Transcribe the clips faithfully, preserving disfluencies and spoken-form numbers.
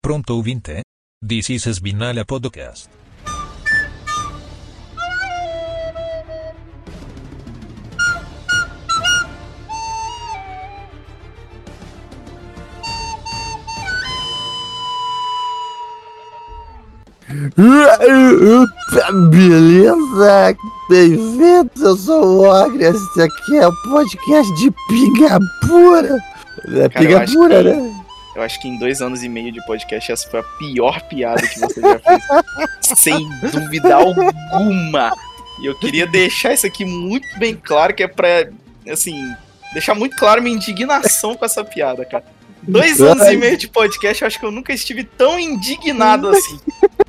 Pronto ouvinte? This is Sbinalha Podcast. Beleza? Bem-vindos, eu sou o Ogre, esse aqui é o podcast de Pinga Pura. É Cara, Pinga eu Pura, que, né? Eu acho que em dois anos e meio de podcast essa foi a pior piada que você já fez. Sem dúvida alguma. E eu queria deixar isso aqui muito bem claro, que é pra, assim, deixar muito claro minha indignação com essa piada, cara. Dois anos e meio de podcast, eu acho que eu nunca estive tão indignado assim.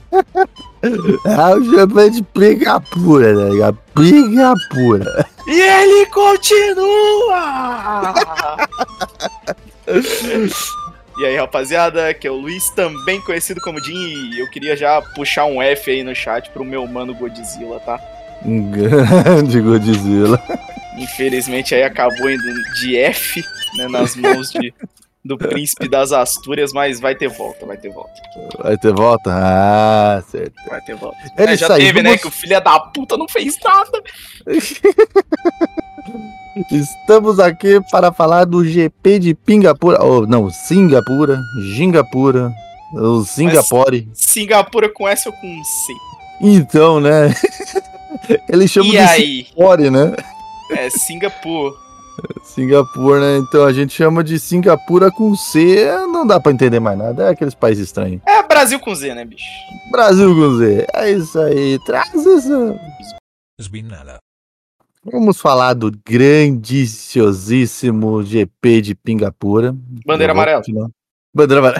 É o chamado de Pinga Pura, né? Pinga Pura. E ele continua! E aí, rapaziada, que é o Luiz, também conhecido como Jim, e eu queria já puxar um F aí no chat pro meu mano Godzilla, tá? Um grande Godzilla. Infelizmente aí acabou indo de F, né, nas mãos de, do príncipe das Astúrias, mas vai ter volta, vai ter volta. Vai ter volta? Ah, certo. Vai ter volta. Ele É, já saiu, teve, vamos... né, que o filho da puta não fez nada. Estamos aqui para falar do G P de Pingapura, ou oh, não, Singapura, Gingapura, o Singapore. Mas Singapura com S ou com C? Então, né? Eles chamam e de aí? Singapore, né? É, Singapura. Singapura, né? Então a gente chama de Singapura com C, não dá pra entender mais nada, é aqueles países estranhos. É Brasil com Z, né, bicho? Brasil com Z, é isso aí, traz isso. Sbinalha. Vamos falar do grandiciosíssimo G P de Pingapura. Bandeira amarela. Continuar. Bandeira amarela.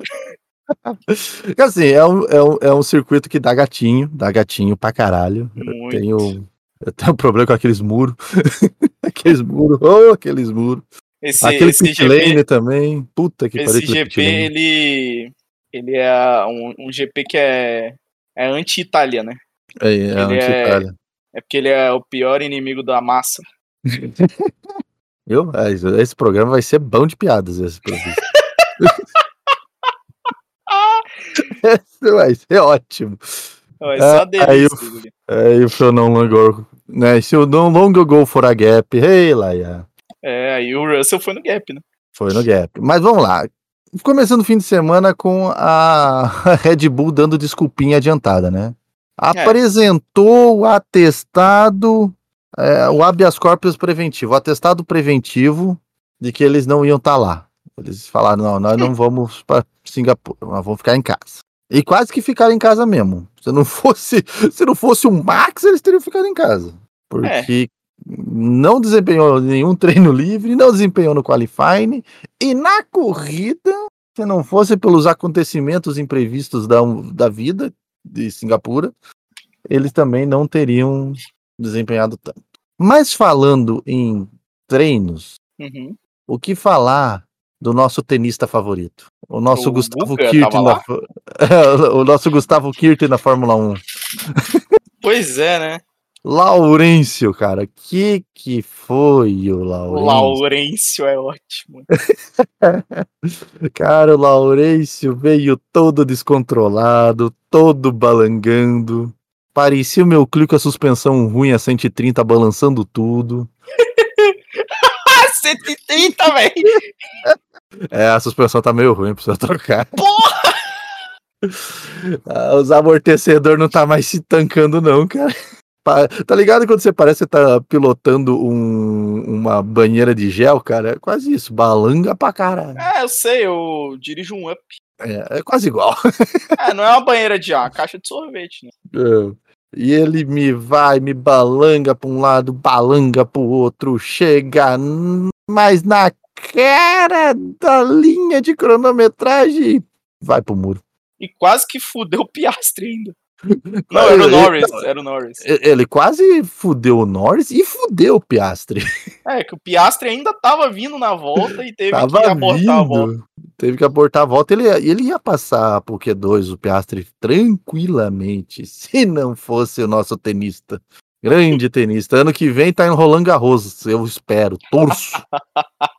Assim, é um, é, um, é um circuito que dá gatinho, dá gatinho pra caralho. Eu tenho, eu tenho um problema com aqueles muros. aqueles muros, oh, aqueles muros. Esse, Aquele esse pit lane também. Puta que pariu. Esse G P, ele, ele é um, um G P que é, é anti-Itália, né? É, é anti-Itália. É, é porque ele é o pior inimigo da massa. Eu? Esse programa vai ser bom de piadas. Esse programa. Esse vai ser ótimo. Vai ser uma delícia. Aí o seu não longo, né? Se o não long go for a gap, hey, Laia. É, aí o Russell foi no gap, né? Foi no gap. Mas vamos lá. Começando o fim de semana com a Red Bull dando desculpinha adiantada, né? Apresentou é. o atestado, é, o habeas corpus preventivo, o atestado preventivo de que eles não iam estar tá lá. Eles falaram, não, nós não vamos para Singapura, nós vamos ficar em casa. E quase que ficaram em casa mesmo. Se não fosse, se não fosse o Max, eles teriam ficado em casa. Porque é. não desempenhou nenhum treino livre, não desempenhou no qualifying, e na corrida, se não fosse pelos acontecimentos imprevistos da, da vida de Singapura, eles também não teriam desempenhado tanto. Mas falando em treinos, uhum. o que falar do nosso tenista favorito? O nosso o Gustavo Buca Kirten na... o nosso Gustavo Kirten na Fórmula um. Pois é, né? Laurêncio, cara, que que foi o Laurêncio? O Laurêncio é ótimo. Cara, o Laurêncio veio todo descontrolado, todo balangando. Parecia o meu clique a suspensão ruim a cento e trinta balançando tudo. cento e trinta, velho! É, a suspensão tá meio ruim, precisa trocar. Porra! Ah, os amortecedores não tá mais se tancando não, cara. Tá ligado quando você parece que tá pilotando um, uma banheira de gel, cara? É quase isso, balanga pra caralho. É, eu sei, eu dirijo um Up. É, é quase igual. É, não é uma banheira de ar, é uma caixa de sorvete, né? É. E ele me vai, me balanga pra um lado, balanga pro outro, chega mais na cara da linha de cronometragem, vai pro muro. E quase que fudeu o Piastri ainda. Não, era o Norris, era o Norris. Ele quase fudeu o Norris e fudeu o Piastri. É, que o Piastri ainda tava vindo na volta e teve tava que abortar vindo. a volta. Teve que abortar a volta. Ele, ele ia passar pro Q dois, o Piastri, tranquilamente, se não fosse o nosso tenista. Grande tenista. Ano que vem tá em Roland Garros, eu espero, torço.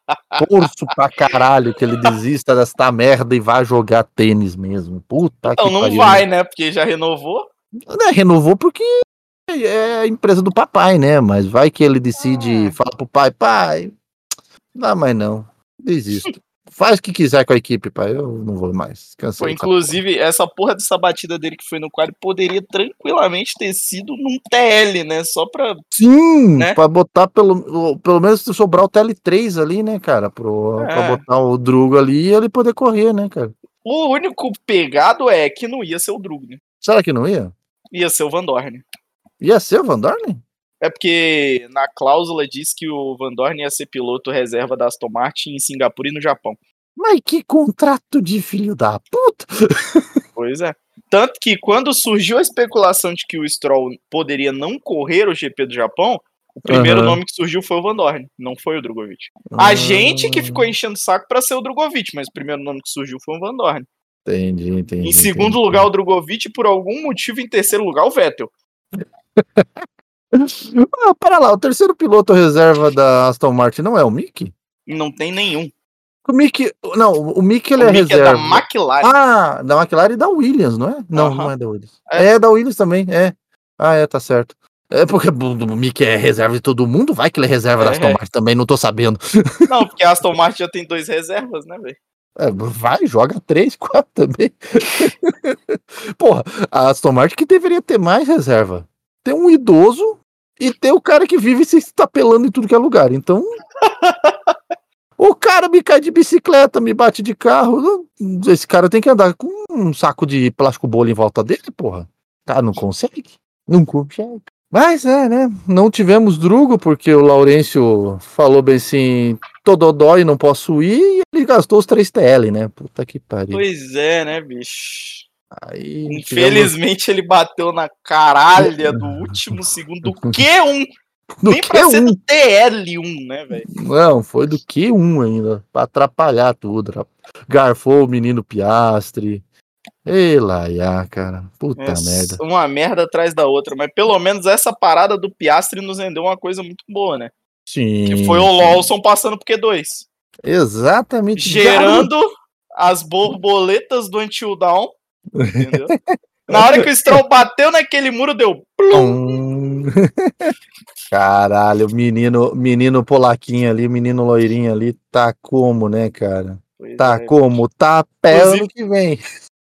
Torço pra caralho que ele desista desta merda e vá jogar tênis mesmo. Puta Então que não pariu. vai, né? Porque já renovou. Né, renovou porque é a empresa do papai, né? Mas vai que ele decide, Ah. fala pro pai, pai, não dá mais não, desisto. Faz o que quiser com a equipe, pai, eu não vou mais. Cansei Pô, dessa inclusive, essa porra dessa batida dele que foi no quadro poderia tranquilamente ter sido num T L, né? Só pra. porra. Sim, né? pra botar pelo, pelo menos se sobrar o T L três ali, né, cara? Pro, É. Pra botar o Drugo ali e ele poder correr, né, cara? O único pegado é que não ia ser o Drugo, né? Será que não ia? Ia ser o Van Dorn. Ia ser o Van Dorn? É porque na cláusula diz que o Van Dorn ia ser piloto reserva da Aston Martin em Singapura e no Japão. Mas que contrato de filho da puta! Pois é. Tanto que quando surgiu a especulação de que o Stroll poderia não correr o G P do Japão, o primeiro Aham. nome que surgiu foi o Van Dorn, não foi o Drogovic. A Ah, gente que ficou enchendo o saco pra ser o Drogovic, mas o primeiro nome que surgiu foi o Van Dorn. Entendi, entendi. Em segundo entendi. lugar o Drogovic, e por algum motivo em terceiro lugar o Vettel. Ah, para lá, o terceiro piloto reserva da Aston Martin não é o Mick? Não tem nenhum. O Mick, não, o Mick ele o é Mick é reserva. da McLaren. Ah, da McLaren e da Williams, não é? Não, Aham. não é da Williams. É. É. da Williams também, é. Ah, é, tá certo. É porque o Mick é reserva de todo mundo, vai que ele é reserva da É. Aston Martin também, não tô sabendo. Não, porque a Aston Martin já tem dois reservas, né, velho? É, vai, joga três, quatro também. Porra, a Aston Martin que deveria ter mais reserva. Tem um idoso e tem o cara que vive se estapelando em tudo que é lugar. Então, o cara me cai de bicicleta, me bate de carro. Esse cara tem que andar com um saco de plástico bolha em volta dele, porra. Cara, não consegue? Não consegue. Mas é, né? Não tivemos Drugo, porque o Laurêncio falou bem assim, Tododó e não posso ir, e ele gastou os três T L, né? Puta que pariu. Pois é, né, bicho? Aí, tivemos... Infelizmente ele bateu na caralha do último segundo do Q um. Do Nem pra Q um. ser do T L um, né, velho? Não, foi do Q um ainda, pra atrapalhar tudo. Garfou o menino Piastri. Ei, Laia, cara. Puta É merda. uma merda atrás da outra, mas pelo menos essa parada do Piastri nos rendeu uma coisa muito boa, né? Sim. Que foi o Lawson passando pro Q dois. Exatamente. Gerando as borboletas do Until Dawn, entendeu? Na hora que o Stroll bateu naquele muro, deu plum. Caralho, menino, menino polaquinho ali, menino loirinho ali, tá como, né, cara? Pois tá é. como? Tá a pé Inclusive- ano que vem.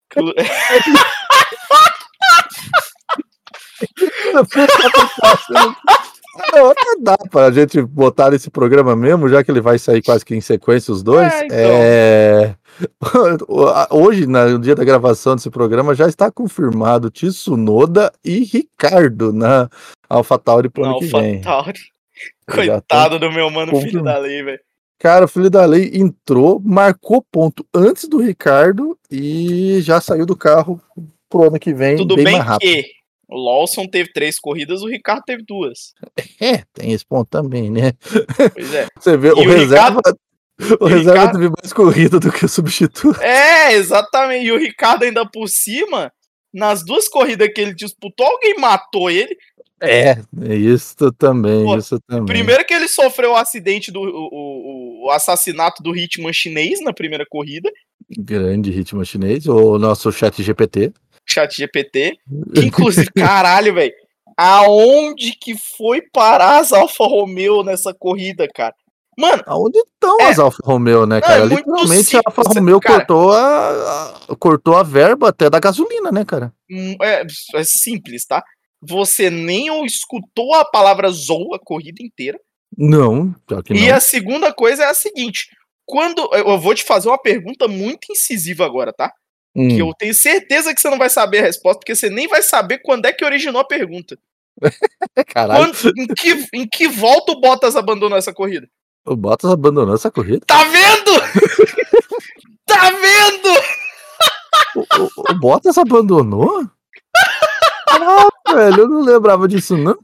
Não, até dá pra gente botar nesse programa mesmo, já que ele vai sair quase que em sequência os dois. É, então. É... Hoje, no dia da gravação desse programa, já está confirmado Tsunoda e Ricardo na AlphaTauri pro ano Não, que vem. AlphaTauri. Já Coitado do meu mano, filho confirmado. da lei, velho. Cara, o filho da lei entrou, marcou ponto antes do Ricardo e já saiu do carro pro ano que vem. Tudo bem, bem mais rápido. que o Lawson teve três corridas, o Ricardo teve duas. É, tem esse ponto também, né? Pois é. Você vê, E o, o reserva, o o reserva Ricardo- teve mais corrida do que o substituto. É, exatamente. E o Ricardo ainda por cima, nas duas corridas que ele disputou, alguém matou ele. É, isso também, Pô, isso também. Primeiro que ele sofreu o acidente do o, o, o assassinato do Hitman chinês na primeira corrida, Grande ritmo chinês, o nosso chat G P T. chat G P T, que inclusive, caralho, velho, aonde que foi parar as Alfa Romeo nessa corrida, cara? Mano, Aonde estão É. as Alfa Romeo, né, Não, cara? é muito Literalmente a simples, Alfa você- Romeo cara. cortou a, a- cortou a verba até da gasolina, né, cara? hum, é, é simples, tá? Você nem escutou a palavra Zou a corrida inteira. Não, pior que E não. a segunda coisa é a seguinte: quando. Eu vou te fazer uma pergunta muito incisiva agora, tá? Hum. Que eu tenho certeza que você não vai saber a resposta, porque você nem vai saber quando é que originou a pergunta. Caralho, Quando, em, que, em que volta o Bottas abandonou essa corrida? o Bottas abandonou essa corrida. Tá vendo? Tá vendo? O, o- o Bottas abandonou? Caralho, velho, eu não lembrava disso, não.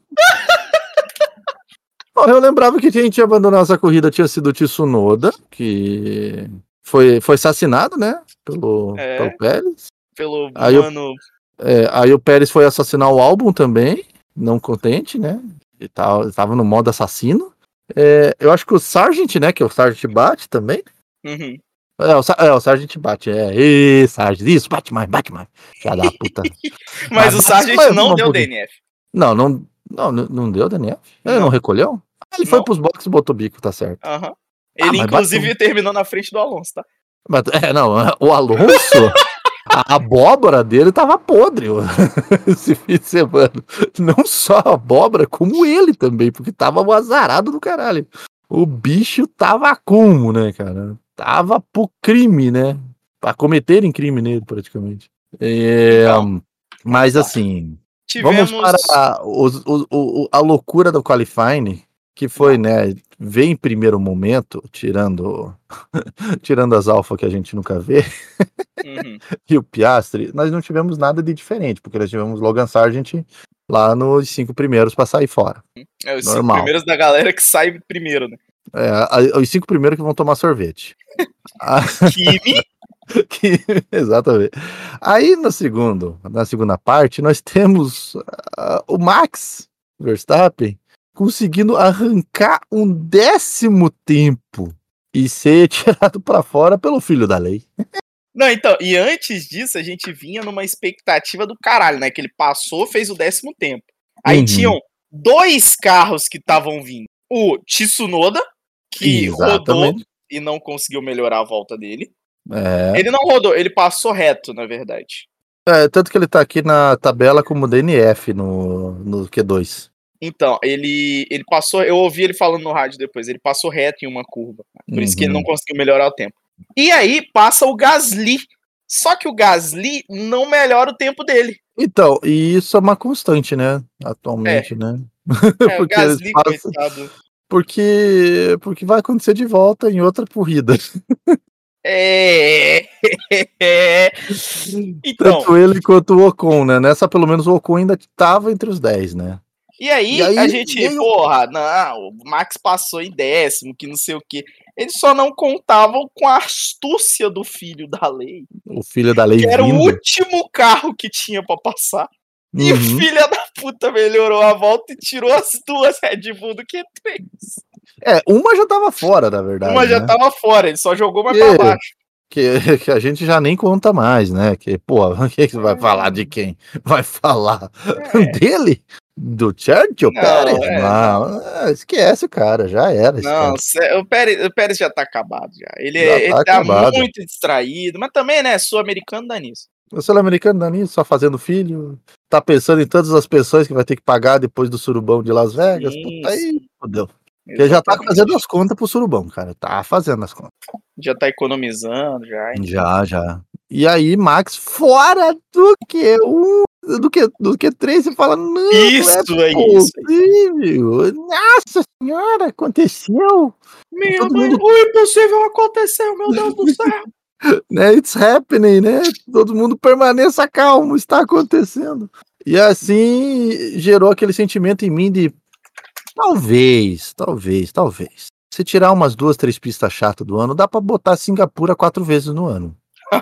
Ó, eu lembrava que quem tinha abandonado essa corrida tinha sido o Tsunoda, que foi, foi assassinado, né? Pelo, É. pelo Pérez. Pelo Aí eu- mano. É, aí o Pérez foi assassinar o álbum também, não contente, né? Ele tava, ele tava no modo assassino. É, eu acho que o Sargent, né? Que é o Sargent bate também. Uhum. É, o, é, o Sargent bate. É, e Sargent, isso, bate mais, bate mais. Já da puta. Mas, Mas o Sargent não deu um D N F. Não, não, não, não deu D N F? Ele não, não recolheu? Ah, ele não. foi pros boxes e botou bico, tá certo. Uhum. Ele, ah, inclusive, bateu. terminou na frente do Alonso, tá? Mas, é, não, o Alonso, a abóbora dele tava podre esse fim de semana. Não só a abóbora, como ele também, porque tava um azarado do caralho. O bicho tava como, né, cara? Tava pro crime, né? Pra cometerem crime nele, praticamente. É, então, mas, assim... Tivemos... Vamos para a, os, o, o, a loucura do qualifying, que foi, né, ver em primeiro momento, tirando tirando as alfa que a gente nunca vê, uhum. e o Piastri, nós não tivemos nada de diferente, porque nós tivemos Logan Sargent lá nos cinco primeiros para sair fora. É, os Normal. cinco primeiros da galera que sai primeiro, né? É, a, os cinco primeiros que vão tomar sorvete. Kimi? Que, exatamente. Aí no segundo, na segunda parte, nós temos uh, o Max Verstappen conseguindo arrancar um décimo tempo e ser tirado para fora pelo filho da lei. Não, então, e antes disso a gente vinha numa expectativa do caralho, né? Que ele passou, fez o décimo tempo. Aí uhum. tinham dois carros que estavam vindo. O Tsunoda, que Exatamente. rodou e não conseguiu melhorar a volta dele. É. Ele não rodou, ele passou reto, na verdade. É, tanto que ele tá aqui na tabela como D N F no, no Q dois. Então, ele, ele passou, eu ouvi ele falando no rádio depois, ele passou reto em uma curva. Por uhum. isso que ele não conseguiu melhorar o tempo. E aí passa o Gasly. Só que o Gasly não melhora o tempo dele. Então, e isso é uma constante, né? Atualmente, é. né? É, o Gasly, passam... coitado. Porque, porque vai acontecer de volta em outra corrida. É. Então, tanto ele quanto o Ocon, né? Nessa, pelo menos, o Ocon ainda estava entre os dez, né? E aí, e aí a gente, veio... porra, não, o Max passou em décimo, que não sei o quê. Eles só não contavam com a astúcia do filho da lei. O filho da lei que vindo. Era o último carro que tinha pra passar. Uhum. E o filho da puta melhorou a volta e tirou as duas Red Bull do Q três. É, uma já tava fora, na verdade. Uma né? já tava fora, ele só jogou mais que, pra baixo. Que, que a gente já nem conta mais, né? Que, pô, o que você vai falar de quem? Vai falar é. dele? Do Sergio Pérez? É, não, não, esquece o cara, já era. Não, cara. O, Pérez, o Pérez já tá acabado já. Ele, já ele tá, tá muito distraído, mas também, né, sul-americano dá nisso. O sul-americano dá nisso, só fazendo filho, tá pensando em todas as pessoas que vai ter que pagar depois do surubão de Las Vegas. Sim, puta aí, fodeu. Porque já tá fazendo as contas pro surubão, cara. Tá fazendo as contas. Já tá economizando, já. Então. Já, já. E aí, Max, fora do que um, do que do que três, você fala, não, isso não é, é possível. isso. Nossa senhora, aconteceu. Minha Todo mãe, mundo... o impossível aconteceu, meu Deus do céu. Né, it's happening, né? Todo mundo permaneça calmo, está acontecendo. E assim gerou aquele sentimento em mim de talvez, talvez, talvez. Se tirar umas duas, três pistas chatas do ano, dá pra botar Singapura quatro vezes no ano.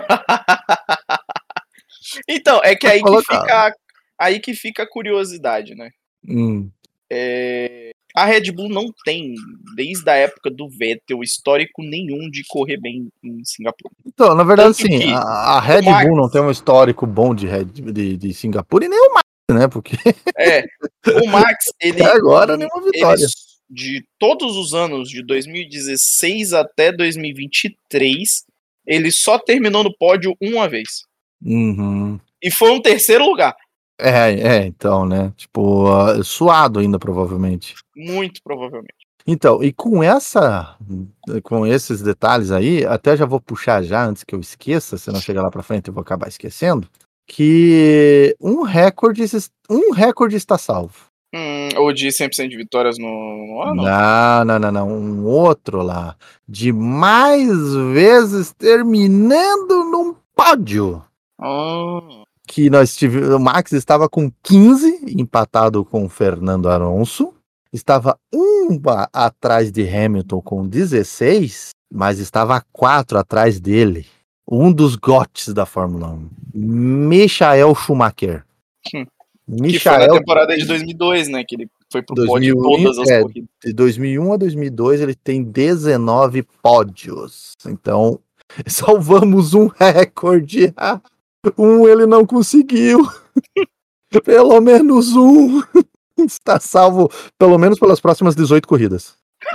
Então, é que aí que, fica, aí que fica a curiosidade, né? Hum. É, a Red Bull não tem, desde a época do Vettel, histórico nenhum de correr bem em Singapura. Então, na verdade, sim, a, a Red Max... Bull não tem um histórico bom de, de, de Singapura e nem o Max, né? Porque... É, o Max, ele... Até agora, nenhuma vitória. Ele, de todos os anos, de dois mil e dezesseis até dois mil e vinte e três, ele só terminou no pódio uma vez. Uhum. E foi um terceiro lugar. É, é, então, né? Tipo, uh, suado ainda, provavelmente. Muito provavelmente. Então, e com essa, com esses detalhes aí, até já vou puxar já, antes que eu esqueça, se não chegar lá pra frente eu vou acabar esquecendo, que um recorde, um recorde está salvo. Hum, ou de cem por cento de vitórias no, no ano? Não, não, não, não, um outro lá, de mais vezes terminando num pódio. Oh. Que nós tivemos, o Max estava com quinze, empatado com o Fernando Alonso, estava um atrás de Hamilton com dezesseis, mas estava quatro atrás dele, um dos gotes da Fórmula um, Michael Schumacher. Hum. Michael... Que foi na temporada de dois mil e dois, né, que ele Foi pro pódio todas as é, corridas. De dois mil e um a dois mil e dois ele tem dezenove pódios. Então, salvamos um recorde. Um ele não conseguiu. Pelo menos um está salvo, pelo menos pelas próximas dezoito corridas.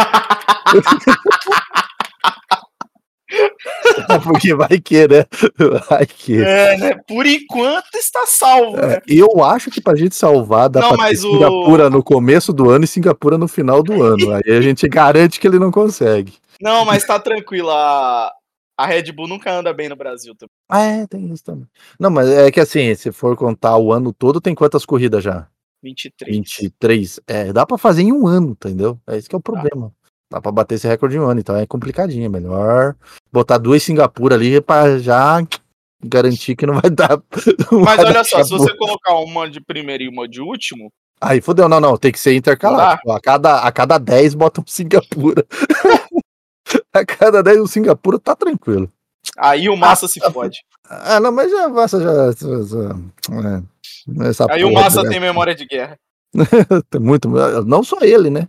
Porque vai que, né? Vai que. É, né? Por enquanto está salvo, É, né? eu acho que pra gente salvar dá Não, pra ter mas o- Singapura no começo do ano e Singapura no final do ano. Aí a gente garante que ele não consegue. Não, mas tá tranquilo. A, a Red Bull nunca anda bem no Brasil também. Ah, é, tem isso também. Não, mas é que assim, se for contar o ano todo, tem quantas corridas já? vinte e três. vinte e três. É, dá pra fazer em um ano, entendeu? É esse que é o problema. Dá pra bater esse recorde em um ano, então é complicadinho. É melhor botar duas Singapura ali pra já garantir que não vai dar. não Mas vai olha dar só, se chabu. você colocar uma de primeiro e uma de último, Aí fodeu, não, não, tem que ser intercalado. Não A cada, a cada dez bota um Singapura. A cada dez um Singapura tá tranquilo. aí o Massa se fode. Ah, não, mas já Massa já. já, já é, essa Aí o porra, Massa né? tem memória de guerra. Tem muito. Não só ele, né?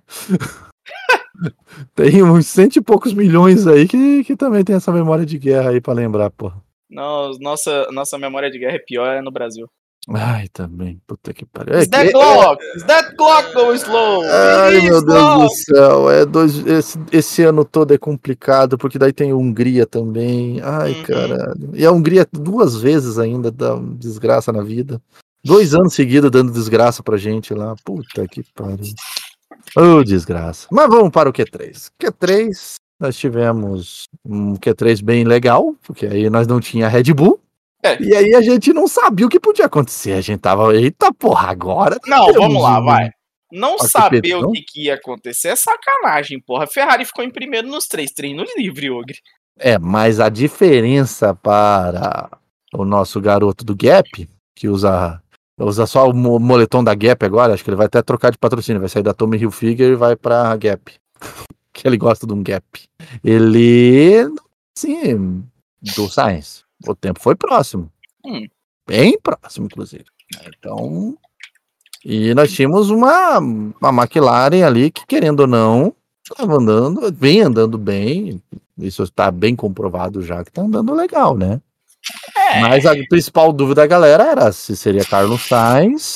Tem uns cento e poucos milhões aí que, que também tem essa memória de guerra aí pra lembrar, porra. Não, nossa, nossa memória de guerra é pior é no Brasil. Ai, também. Puta que pariu. Is É, that que- clock? Is that clock go slow? Ai, It is meu Deus do clock. céu. É dois, esse, esse ano todo é complicado, porque daí tem Hungria também. Ai, Uhum. caralho. E a Hungria duas vezes ainda dá desgraça na vida. Dois anos seguidos dando desgraça pra gente lá. Puta que pariu. Ô, desgraça. Mas vamos para o Q três. Q três, nós tivemos um Q três bem legal, porque aí nós não tinha Red Bull. É. E aí a gente não sabia o que podia acontecer. A gente tava, eita porra, agora. Não, temos vamos lá, um- vai. Não Ó, que saber petão. o que, que ia acontecer é sacanagem, porra. A Ferrari ficou em primeiro nos três treinos livre, Ogre. É, mas a diferença para o nosso garoto do Gap, que usa, usa só o mo- moletom da Gap agora, acho que ele vai até trocar de patrocínio, vai sair da Tommy Hilfiger e vai pra Gap. Que ele gosta de um Gap. Ele, sim, do Sainz. O tempo foi próximo. Hum. Bem próximo, inclusive. Então, e nós tínhamos uma, uma McLaren ali que, querendo ou não, estava andando, vem andando bem. Isso está bem comprovado já que está andando legal, né? É. Mas a principal dúvida da galera era se seria Carlos Sainz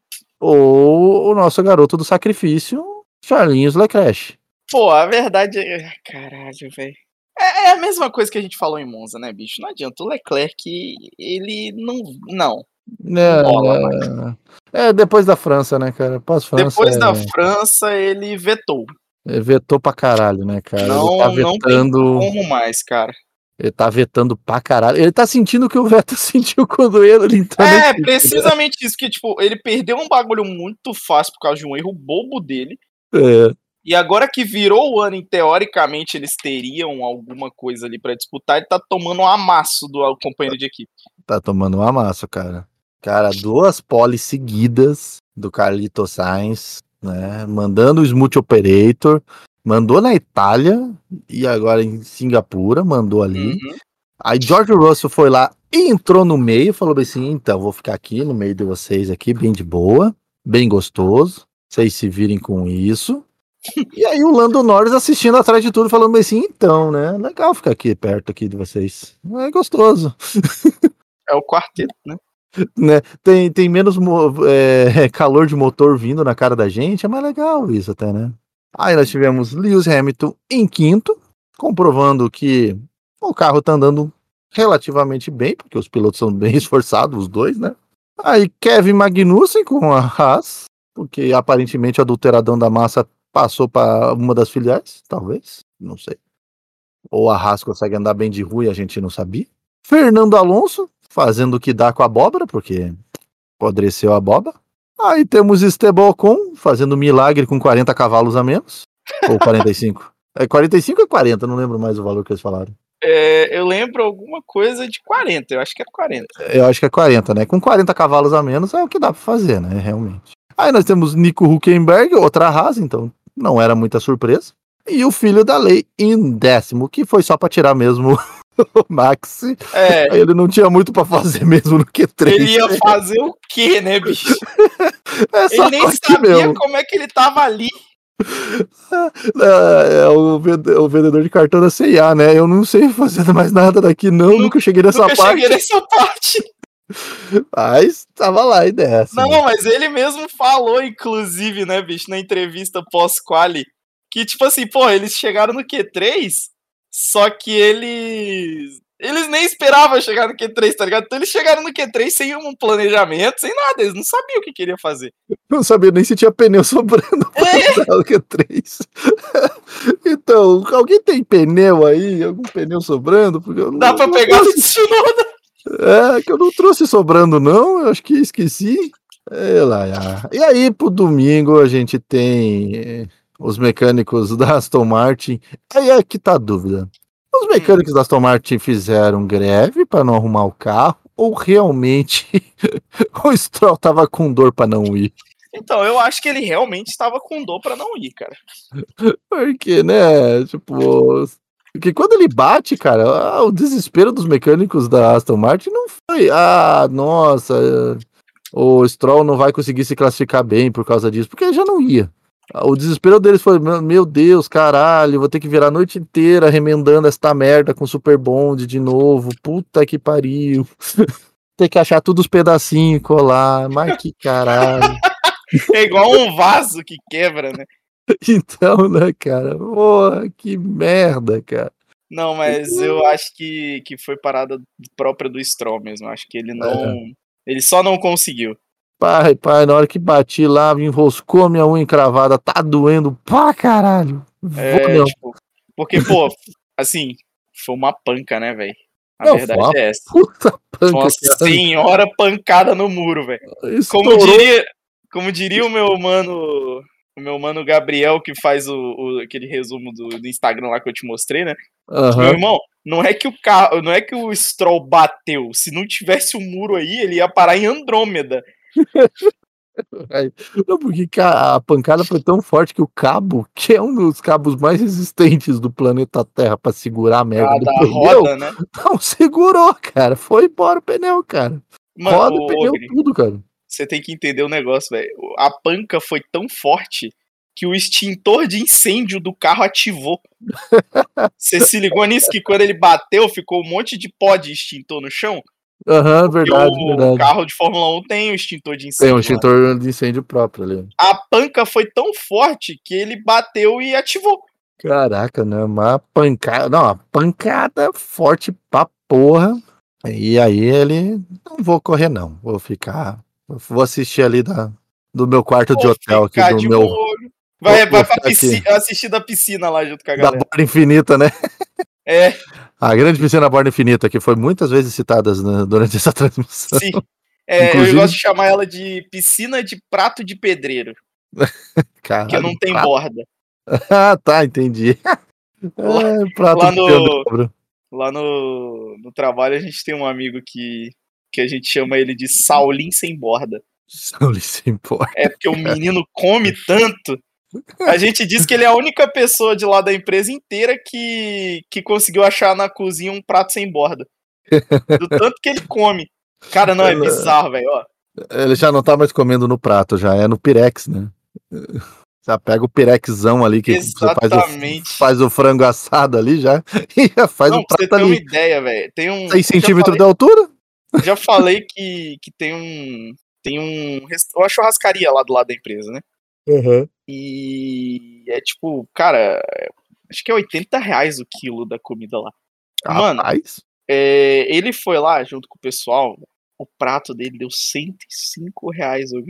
ou o nosso garoto do sacrifício, Charlinhos Leclerc. Pô, a verdade é. Caralho, velho. É, é a mesma coisa que a gente falou em Monza, né, bicho? Não adianta. O Leclerc, ele não. Não. Bola, É, é depois da França, né, cara? Pós-França. Depois é, da França, ele vetou. é, vetou pra caralho, né, cara? Não, ele tá não tem vetando. como mais, cara. Ele tá vetando pra caralho. Ele tá sentindo o que o Vettel sentiu quando ele entrou na É, equipe, né? precisamente isso, que, tipo, ele perdeu um bagulho muito fácil por causa de um erro bobo dele. É, E agora que virou o ano e teoricamente eles teriam alguma coisa ali pra disputar, ele tá tomando um amasso do companheiro de equipe. tá tomando um amasso, cara. Cara, duas poles seguidas do Carlito Sainz, né? Mandando o Smooth Operator, mandou na Itália e agora em Singapura, mandou ali. Uhum. Aí George Russell foi lá e entrou no meio, falou bem assim, então, vou ficar aqui no meio de vocês aqui, bem de boa, bem gostoso, vocês se virem com isso. E aí o Lando Norris assistindo atrás de tudo, falando bem assim, então, né, legal ficar aqui perto aqui de vocês, é gostoso. É o quarteto, né? Né? Tem, tem menos mo- é, calor de motor vindo na cara da gente, é mais legal isso até, né? Aí nós tivemos Lewis Hamilton em quinto, comprovando que o carro tá andando relativamente bem, porque os pilotos são bem esforçados, os dois, né? Aí Kevin Magnussen com a Haas, porque aparentemente o adulteradão da massa passou para uma das filiais, talvez, não sei. Ou a Haas consegue andar bem de rua e a gente não sabia. Fernando Alonso fazendo o que dá com a abóbora, porque apodreceu a abóbora. Aí temos Esteban Ocon fazendo milagre com quarenta cavalos a menos. Ou quarenta e cinco. É quarenta e cinco ou quarenta? Não lembro mais o valor que eles falaram. É, eu lembro alguma coisa de quarenta, eu acho que era quarenta. Eu acho que é quarenta, né? Com quarenta cavalos a menos é o que dá pra fazer, né? Realmente. Aí nós temos Nico Hülkenberg, outra Haas, então não era muita surpresa. E o filho da lei em décimo, que foi só pra tirar mesmo o Maxi. É. Aí ele não tinha muito pra fazer mesmo no Q três. Ele ia fazer o quê, né, bicho? É só ele nem aqui sabia mesmo. como é que ele tava ali. É, é o, vende- o vendedor de cartão da C e A, né? Eu não sei fazer mais nada daqui, não. Nu- Nunca cheguei nessa Nunca parte. cheguei nessa parte. Mas tava lá e dessa. Não, né? mas ele mesmo falou, inclusive, né, bicho, na entrevista pós-quali, que, tipo assim, pô, eles chegaram no Q três, só que eles... Eles nem esperavam chegar no Q três, tá ligado? Então eles chegaram no Q três sem um planejamento, sem nada, eles não sabiam o que queria fazer. Não sabia nem se tinha pneu sobrando É. para o Q três. Então, alguém tem pneu aí? Algum pneu sobrando? Porque eu não, Dá pra não pegar no trouxe- Tsunoda. É, que eu não trouxe sobrando, não. Eu acho que esqueci. É lá, já. E aí, pro domingo, a gente tem eh, os mecânicos da Aston Martin. Aí é que tá a dúvida. Os mecânicos da Aston Martin fizeram greve para não arrumar o carro? Ou realmente o Stroll tava com dor para não ir? Então, eu acho que ele realmente estava com dor pra não ir, cara. Porque, né? Tipo. Porque quando ele bate, cara, ah, o desespero dos mecânicos da Aston Martin não foi. Ah, nossa, o Stroll não vai conseguir se classificar bem por causa disso, porque ele já não ia. O desespero deles foi: meu meu Deus, caralho, vou ter que virar a noite inteira remendando esta merda com Super Bond de novo. Puta que pariu. Ter que achar todos os pedacinhos e colar. Mas que caralho. É igual um vaso que quebra, né? Então, né, cara? Porra, que merda, cara. Não, mas eu acho que, que foi parada própria do Stroll mesmo. Acho que ele não. Ele só não conseguiu. Pai, pai, na hora que bati lá, enroscou minha unha encravada, tá doendo pra caralho. Vou É, não. tipo. Porque, pô, assim, foi uma panca, né, velho? A Não, verdade foi uma é essa. puta panca. Nossa cara. senhora, pancada no muro, velho. Como Estourou. diria, como diria o meu mano. O meu mano Gabriel, que faz o, o- aquele resumo do, do Instagram lá que eu te mostrei, né? Que, meu Aham. irmão, não é que o carro, não é que o Stroll bateu. Se não tivesse o muro aí, ele ia parar em Andrômeda. Aí, Não, porque cara, a pancada foi tão forte que o cabo, que é um dos cabos mais resistentes do planeta Terra pra segurar a merda A do da pneu, roda, né? não segurou, cara. Foi embora o pneu, cara. Mano, Roda, ô, pneu, Ogre, tudo, cara. você tem que entender o negócio, velho. A panca foi tão forte que o extintor de incêndio do carro ativou. Você se ligou nisso que quando ele bateu, ficou um monte de pó de extintor no chão? Aham, Porque verdade, o verdade. carro de Fórmula um tem o extintor de Tem incêndio. um lá. extintor de incêndio próprio ali. A panca foi tão forte que ele bateu e ativou. Caraca, né? Uma pancada. Não, uma pancada forte pra porra. E aí ele. Não vou correr, não. Vou ficar. Vou assistir ali da, do meu quarto de Vou hotel aqui, ficar do de meu. molho. Vai, Vou- vai vou pra ficar piscina, aqui. assistir da piscina lá junto com a Da galera. borda infinita, né? É, A grande piscina da borda infinita, que foi muitas vezes citada né, durante essa transmissão. sim. É, Inclusive- eu gosto de chamar ela de piscina de prato de pedreiro, Caralho, que não tem prato. borda. Ah, tá, entendi. Lá- É, prato lá de no- Leandro. Lá no, no trabalho a gente tem um amigo que, que a gente chama ele de Saulim sem borda. Não lhe se importa. É porque o menino come tanto. A gente diz que ele é a única pessoa de lá da empresa inteira que, que conseguiu achar na cozinha um prato sem borda. Do tanto que ele come. Cara, não, é bizarro, velho. Ó, Ele já não tá mais comendo no prato, já é no pirex, né? Já pega o pirexão ali que você faz exatamente. o, faz o frango assado ali já e já faz Não, o pra você prato ter uma ali. ideia, velho. Tem um. seis já centímetros falei- de altura? Já falei que, que tem um. Tem um. rest- Uma churrascaria lá do lado da empresa, né? Uhum. E é tipo, cara, acho que é oitenta reais o quilo da comida lá. Mano, Rapaz. é, ele foi lá junto com o pessoal, o prato dele deu cento e cinco reais hoje.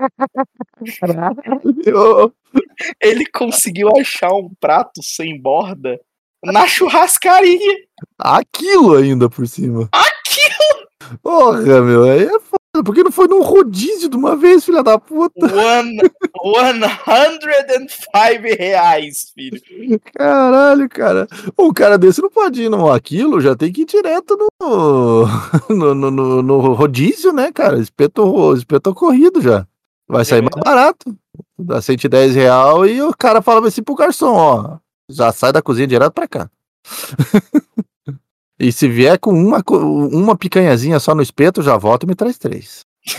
Eu- Ele conseguiu achar um prato sem borda na churrascaria. Aquilo ainda por cima. Aquilo! Porra, meu, aí é foda. Por que não foi num rodízio de uma vez, filha da puta? One, cento e cinco reais, filho. Caralho, cara. Um cara desse não pode ir no aquilo, já tem que ir direto no, no, no, no- no rodízio, né, cara? Espeto, espeto corrido já. Vai sair mais verdade. barato. Dá cento e dez real e o cara fala assim pro garçom, ó. Já sai da cozinha direto pra cá. E se vier com uma, co- uma picanhazinha só no espeto, já volta e me traz três.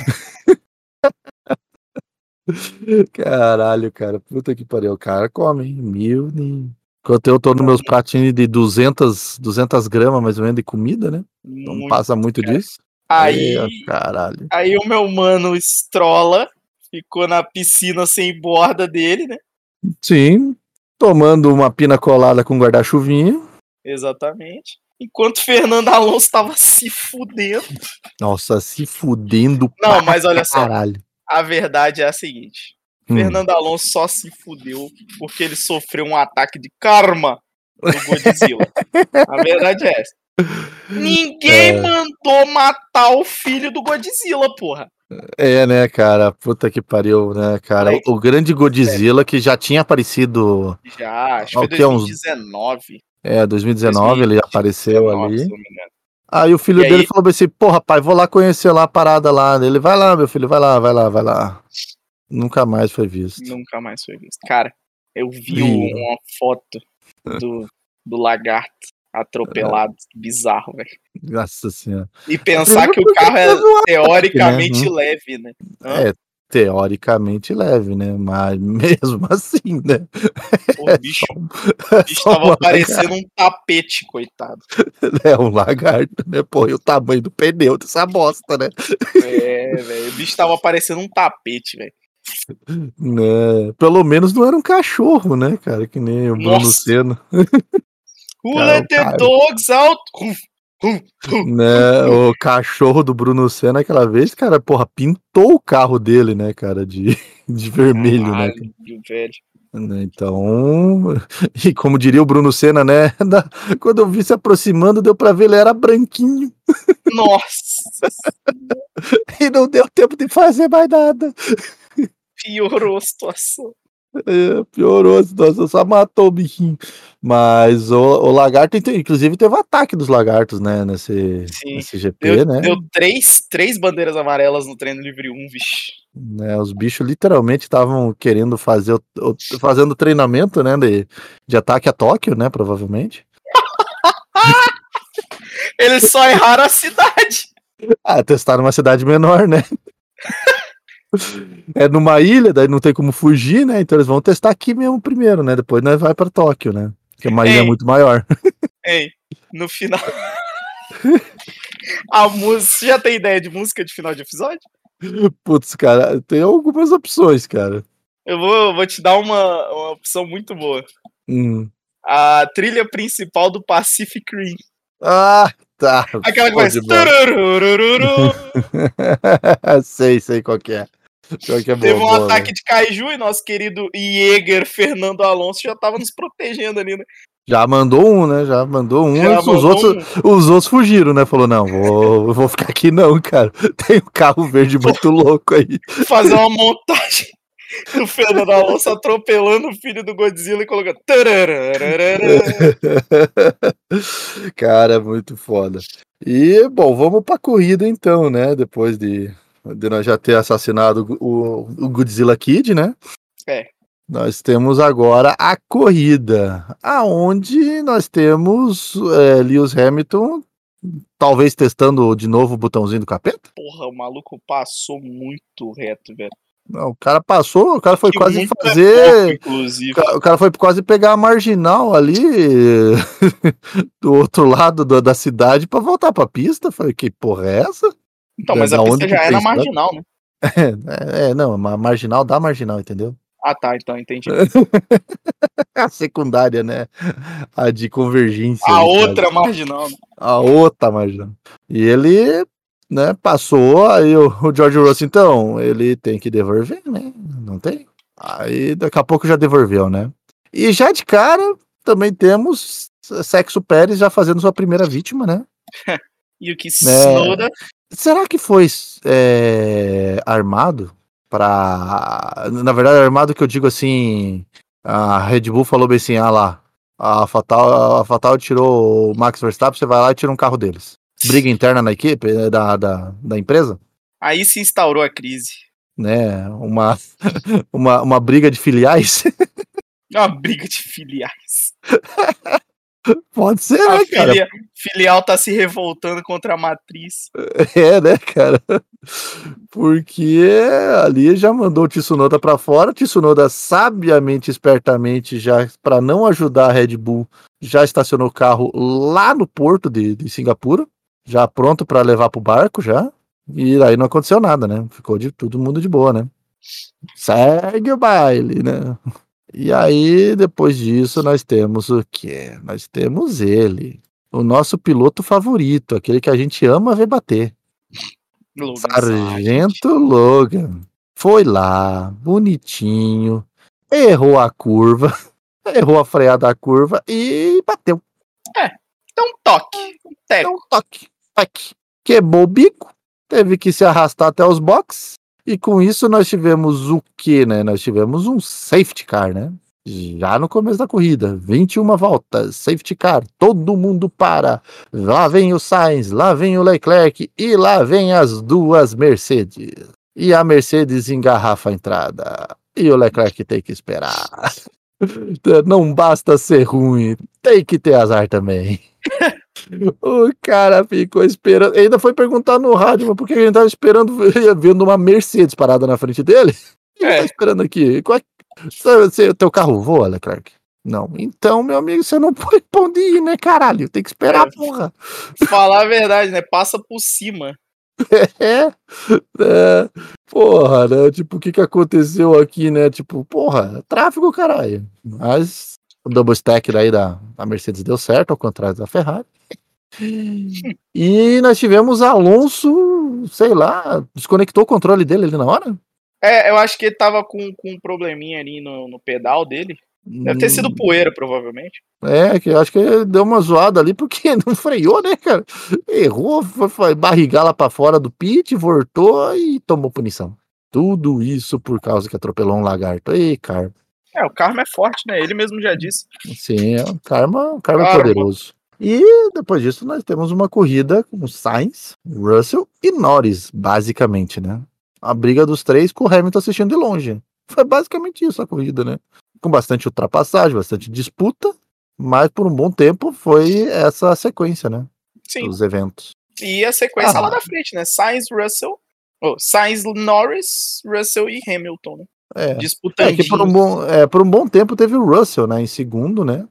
Caralho, cara. Puta que pariu. O cara come, hein? Mil. ni- Enquanto eu tô nos meus pratinhos de duzentas, duzentas gramas mais ou menos de comida, né? Não Muito, passa muito cara. disso. Aí, É, caralho. aí o meu mano Strola ficou na piscina sem borda dele, né? Sim. Tomando uma pina colada com guarda-chuvinha. Exatamente. Enquanto Fernando Alonso tava se fudendo. Nossa, se fudendo Não, pra mas olha só. caralho. A verdade é a seguinte. Hum. Fernando Alonso só se fudeu porque ele sofreu um ataque de karma do Godzilla. A verdade é essa. Ninguém mandou matar o filho do Godzilla, porra. É, né, cara? Puta que pariu, né, cara? Moleque, O, o grande Godzilla que já tinha aparecido. Já, acho que O foi que é uns. dois mil e dezenove. É, dois mil e dezenove ele apareceu dezenove, ali. se não me engano. Aí o filho E dele aí- falou assim: porra, pai, vou lá conhecer lá a parada lá. Ele vai lá, meu filho, vai lá, vai lá, vai lá. Nunca mais foi visto. Nunca mais foi visto. Cara, eu vi Ih. o- uma foto do, do lagarto atropelado. Bizarro, velho. Nossa senhora. E pensar Primeiro que o porque carro é teve um ataque, teoricamente né? leve, né? Hã? É, teoricamente leve, né? Mas mesmo assim, né? O bicho, um- o bicho só tava uma parecendo um tapete, coitado. É um lagarto, né? Pô, e o tamanho do pneu dessa bosta, né? É, velho. O bicho tava parecendo um tapete, velho. Né? Pelo menos não era um cachorro, né, cara? Que nem o Bruno Nossa. Senna. Who Cara, let o the cara- dogs out? Hum, hum, hum. Né? O cachorro do Bruno Senna aquela vez, cara, porra, pintou o carro dele, né, cara, de, de vermelho, né? Caralho, velho. Né, então, e como diria o Bruno Senna, né? da- Quando eu vi se aproximando, deu pra ver, ele era branquinho Nossa, e não deu tempo de fazer mais nada. piorou a situação. É, piorou a situação, só matou o bichinho. Mas o, o lagarto, inte- inclusive, teve ataque dos lagartos, né? Nesse, Sim. nesse G P, Deu, né? deu três, três bandeiras amarelas no treino livre um, vixe. Né, os bichos literalmente estavam querendo fazer o, o- fazendo treinamento, né? De, de ataque a Tóquio, né? Provavelmente. Eles só erraram a cidade. Ah, testaram uma cidade menor, né? É numa ilha, daí não tem como fugir, né? Então eles vão testar aqui mesmo primeiro, né? Depois nós vai pra Tóquio, né? Que é uma ilha Ei. muito maior. Ei, no final. A música. Você já tem ideia de música de final de episódio? Putz, cara, tem algumas opções, cara. Eu vou, vou te dar uma, uma opção muito boa. Hum. A trilha principal do Pacific Rim. Ah, tá. Aquela que Pô, faz. de bola. turururururu. sei, sei qual que é. Qual que é Teve boa, um boa, ataque boa. de Kaiju e nosso querido Jäger Fernando Alonso já tava nos protegendo ali, né? Já mandou um, né? Já mandou um. Já os, mandou outros, um. os outros fugiram, né? Falou, não, vou, vou ficar aqui não, cara. Tem um carro verde muito louco aí. Fazer uma montagem do Fernando Alonso atropelando o filho do Godzilla e colocando. tararararara. Cara, muito foda. E, bom, vamos pra corrida então, né? Depois de, de nós já ter assassinado o, o Godzilla Kid, né? É. Nós temos agora a corrida, aonde nós temos é, Lewis Hamilton, talvez testando de novo o botãozinho do capeta. Porra, o maluco passou muito reto, velho. Não, o cara passou, o cara foi Que quase muito é fazer. pouco, inclusive. O ca- o cara foi quase pegar a marginal ali do outro lado da, da cidade pra voltar pra pista. Falei, que porra é essa? Então, mas Da a onde pista que já é tem na estrada? marginal, né? É, é, não, uma marginal da marginal, entendeu? Ah, tá, então entendi. A secundária, né? A de convergência. A no outra caso. marginal, né? A outra marginal. E ele, né, passou, aí o, o George Russell, então, ele tem que devolver, né? Não tem? Aí daqui a pouco já devolveu, né? E já de cara, também temos Sexo Pérez já fazendo sua primeira vítima, né? Yuki Né? Tsunoda. Será que foi é, armado pra... Na verdade, armado que eu digo assim, a Red Bull falou bem assim, ah lá, a Fatal, a Fatal tirou o Max Verstappen, você vai lá e tira um carro deles. Briga interna na equipe, eh, da, da, da empresa, Aí se instaurou a crise. né? Uma, uma, uma briga de filiais. É uma briga de filiais. Pode ser, A né, cara? filia- filial tá se revoltando contra a matriz. É, né, cara? Porque ali já mandou o Tsunoda pra fora. O Tsunoda, sabiamente, espertamente, já para não ajudar a Red Bull, já estacionou o carro lá no porto de, de Singapura, já pronto para levar pro barco já. E aí não aconteceu nada, né? Ficou de todo mundo de boa, né? Segue o baile, né? E aí, depois disso, nós temos o quê? Nós temos ele, o nosso piloto favorito, aquele que a gente ama ver bater. Logan Sargento Logan. Foi lá, bonitinho, errou a curva, errou a freada da curva e bateu. Então, toque. Um teco. Então, toque, toque. Quebrou o bico, teve que se arrastar até os boxes. E com isso nós tivemos o quê, né? Nós tivemos um safety car, né? Já no começo da corrida, vinte e uma voltas, safety car, todo mundo para. Lá vem o Sainz, lá vem o Leclerc e lá vem as duas Mercedes. E a Mercedes engarrafa a entrada. E o Leclerc tem que esperar. Não basta ser ruim, tem que ter azar também. O cara ficou esperando. Ainda foi perguntar no rádio, mas por que ele tava esperando, vendo uma Mercedes parada na frente dele? O que ele É. tá esperando aqui? Qual é... Você, teu carro voa, Leclerc? Não. Então, meu amigo, você não pode pode ir, né, caralho? Tem que esperar, É. porra. Falar a verdade, né? Passa por cima. É, é, porra, né? Tipo, o que que aconteceu aqui, né? Tipo, porra, tráfego, caralho. Mas o double stack daí da, da Mercedes deu certo, ao contrário da Ferrari. E nós tivemos Alonso, sei lá, desconectou o controle dele ali na hora? É, eu acho que ele tava com, com um probleminha ali no, no pedal dele. Deve ter sido poeira, provavelmente. É, que eu acho que ele deu uma zoada ali porque não freou, né, cara? Errou, foi, foi barrigar lá pra fora do pit, voltou e tomou punição. Tudo isso por causa que atropelou um lagarto. Ei, karma. É, o karma é forte, né? Ele mesmo já disse. Sim, é um karma, um karma Karma. poderoso. E depois disso nós temos uma corrida com Sainz, Russell e Norris, basicamente, né? A briga dos três com o Hamilton assistindo de longe. Foi basicamente isso a corrida, né? Com bastante ultrapassagem, bastante disputa, mas por um bom tempo foi essa sequência, né? Sim. Dos eventos. E a sequência Ah. lá na frente, né? Sainz, Russell. Oh, Sainz, Norris, Russell e Hamilton, né? É, Disputando. é que por um, bom, é, por um bom tempo teve o Russell, né? Em segundo, né?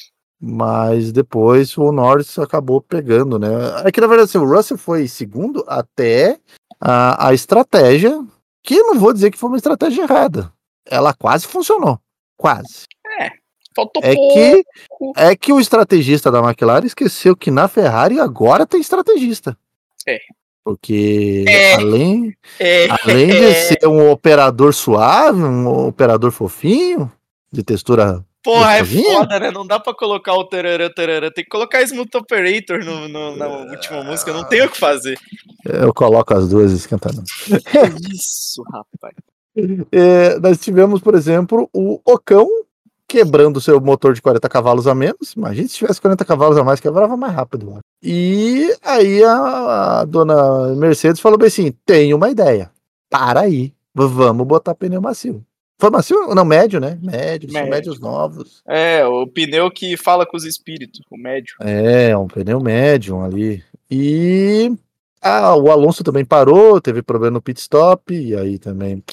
Mas depois o Norris acabou pegando, né? É que na verdade assim, o Russell foi segundo até a, a estratégia, que eu não vou dizer que foi uma estratégia errada. Ela quase funcionou. Quase. Faltou É pouco. que, é que o estrategista da McLaren esqueceu que na Ferrari agora tem estrategista. É. Porque É. além, É. além de ser um operador suave, um operador fofinho, de textura Porra, é gostosinha, foda, né? Não dá pra colocar o tarará, tarará. Tem que colocar Smooth Operator no, no- na última música. Não tem o que fazer. eu coloco as duas esquentando. Que isso, rapaz. É, nós tivemos, por exemplo, o Ocon quebrando seu motor de quarenta cavalos a menos. Imagina se tivesse quarenta cavalos a mais, quebrava mais rápido. E aí a, a dona Mercedes falou bem assim, tem uma ideia. Para aí, vamos botar pneu macio. Foi macio? Não, médio, né? Médio, são Médio. médios novos. É, o pneu que fala com os espíritos, o médio. É, um pneu médio ali. E ah, o Alonso também parou, teve problema no pit stop, e aí também...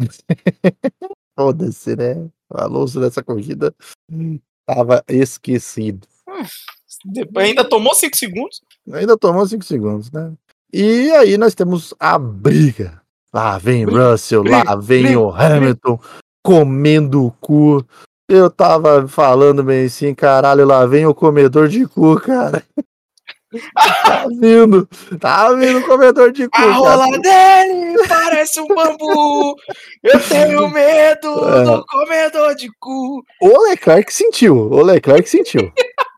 Foda-se, né? O Alonso nessa corrida tava esquecido. Depois, ainda tomou cinco segundos. Ainda tomou cinco segundos, né? E aí nós temos a briga. Lá vem Briga, Russell, briga, lá vem briga, o Hamilton comendo o cu. Eu tava falando bem assim, caralho, lá vem o comedor de cu, cara. Tá vindo, tá vindo o comedor de cu. A rola cara. dele parece um bambu. Eu tenho medo É. do comedor de cu. O Leclerc sentiu, o Leclerc sentiu.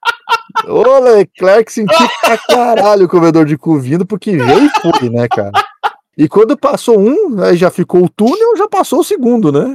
O Leclerc sentiu pra caralho o comedor de cu vindo, porque veio e foi, né, cara? E quando passou um, aí já ficou o túnel, já passou o segundo, né?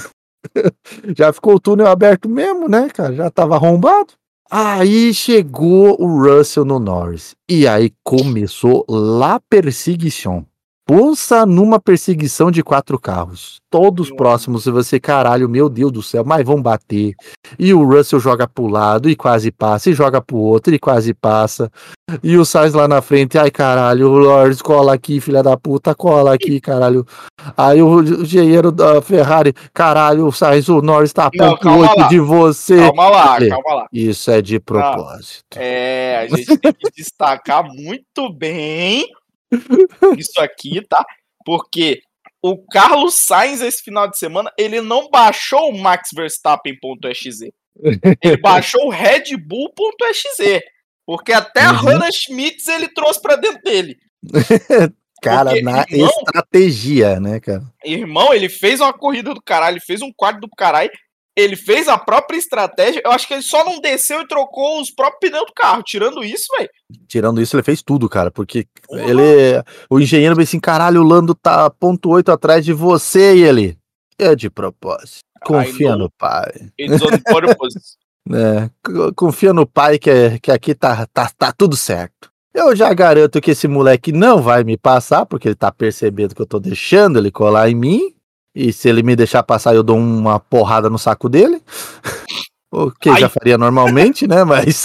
Já ficou o túnel aberto mesmo, né, cara? Já tava arrombado. Aí chegou o Russell no Norris. E aí começou la perseguição. Pensa numa perseguição de quatro carros. Todos Meu próximos, e você, caralho, meu Deus do céu, mas vão bater. E o Russell joga pro lado e quase passa, e joga pro outro e quase passa. E o Sainz lá na frente, ai caralho, o Norris cola aqui, filha da puta, cola aqui, caralho. Aí o engenheiro da Ferrari, caralho, o Sainz, o Norris tá a Não, ponto calma oito lá. de você. Calma lá, Ele, calma lá. Isso é de propósito. É, a gente tem que destacar muito bem isso aqui, tá? Porque o Carlos Sainz, esse final de semana, ele não baixou o Max Verstappen.exe. Ele baixou o Red Bull.exe. Porque até a Uhum. Hannah Schmitz ele trouxe pra dentro dele. Cara, Porque, na irmão- estratégia, né, cara? Irmão, ele fez uma corrida do caralho, ele fez um quarto do caralho, ele fez a própria estratégia. Eu acho que ele só não desceu e trocou os próprios pneus do carro. Tirando isso, velho. Tirando isso, ele fez tudo, cara, porque Uhum. ele, o engenheiro veio assim, caralho, o Lando tá ponto oito atrás de você, e ele, é de propósito, confia I know. no pai, It's on purpose. né, c- confia no pai que, é- que aqui tá, tá, tá tudo certo. Eu já garanto que esse moleque não vai me passar, porque ele tá percebendo que eu tô deixando ele colar em mim, e se ele me deixar passar, eu dou uma porrada no saco dele, o que Ai. já faria normalmente, né, mas...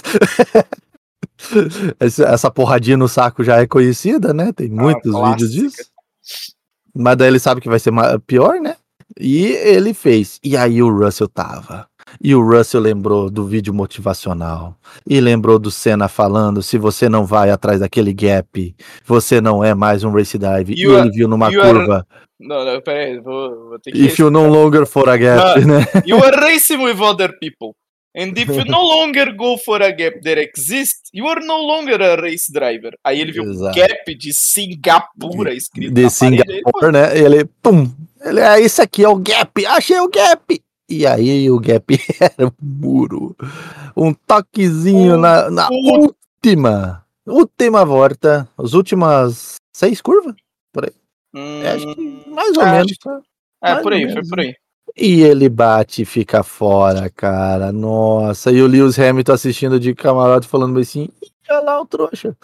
Essa essa porradinha no saco já é conhecida, né? Tem muitos vídeos clássica. disso. Mas daí ele sabe que vai ser ma- pior, né? E ele fez. E aí o Russell tava. E o Russell lembrou do vídeo motivacional. E lembrou do Senna falando: se você não vai atrás daquele gap, você não é mais um race dive. E You are- ele viu numa you are- curva. Não, não, pera aí, vou, vou ter que... If you no longer for a gap, Ah. né? You are racing with other people. And if you no longer go for a gap that exists, you are no longer a race driver. Aí ele viu Exato. gap de Singapura escrito De na parede. Ele, Singapura, né? Ele, pum, ele é isso aqui, é o gap, achei o gap. E aí o gap era um muro, um toquezinho Um na, na puto. última, última volta, as últimas seis curvas, hum, é, acho que mais ou acho menos. que- tá? É, mais por ou aí, foi menos. por aí. E ele bate e fica fora, cara, nossa, e o Lewis Hamilton assistindo de camarote falando assim, "Ih, olha lá o trouxa."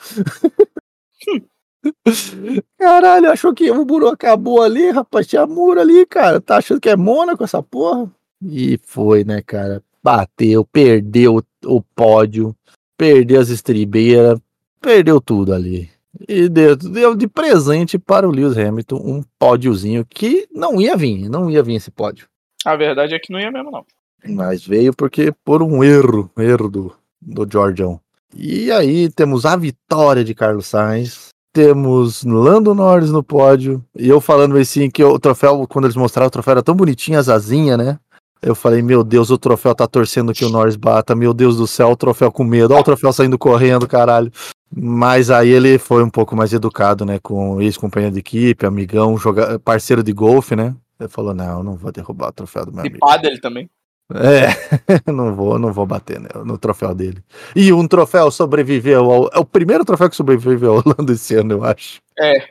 Caralho, achou que o muro acabou ali, rapaz. Tinha muro ali, cara. Tá achando que é Mônaco essa porra? E foi, né, cara? Bateu, perdeu o- o pódio, perdeu as estribeiras, perdeu tudo ali. E deu, deu de presente para o Lewis Hamilton um pódiozinho que não ia vir, não ia vir esse pódio. A verdade é que não ia mesmo, não. Mas veio porque por um erro, erro do, do Georgião. E aí temos a vitória de Carlos Sainz, temos Lando Norris no pódio, e eu falando assim que o troféu, quando eles mostraram o troféu era tão bonitinho, as asinhas, né? Eu falei, meu Deus, o troféu tá torcendo que o Norris bata, meu Deus do céu, o troféu com medo, olha o troféu saindo correndo, caralho. Mas aí ele foi um pouco mais educado, né, com o ex-companheiro de equipe, amigão, joga... parceiro de golfe, né? Ele falou, não, eu não vou derrubar o troféu do meu De amigo. pádel também. É, não vou, não vou bater né, no troféu dele. E um troféu sobreviveu ao, é o primeiro troféu que sobreviveu ao Lando esse ano, eu acho. É.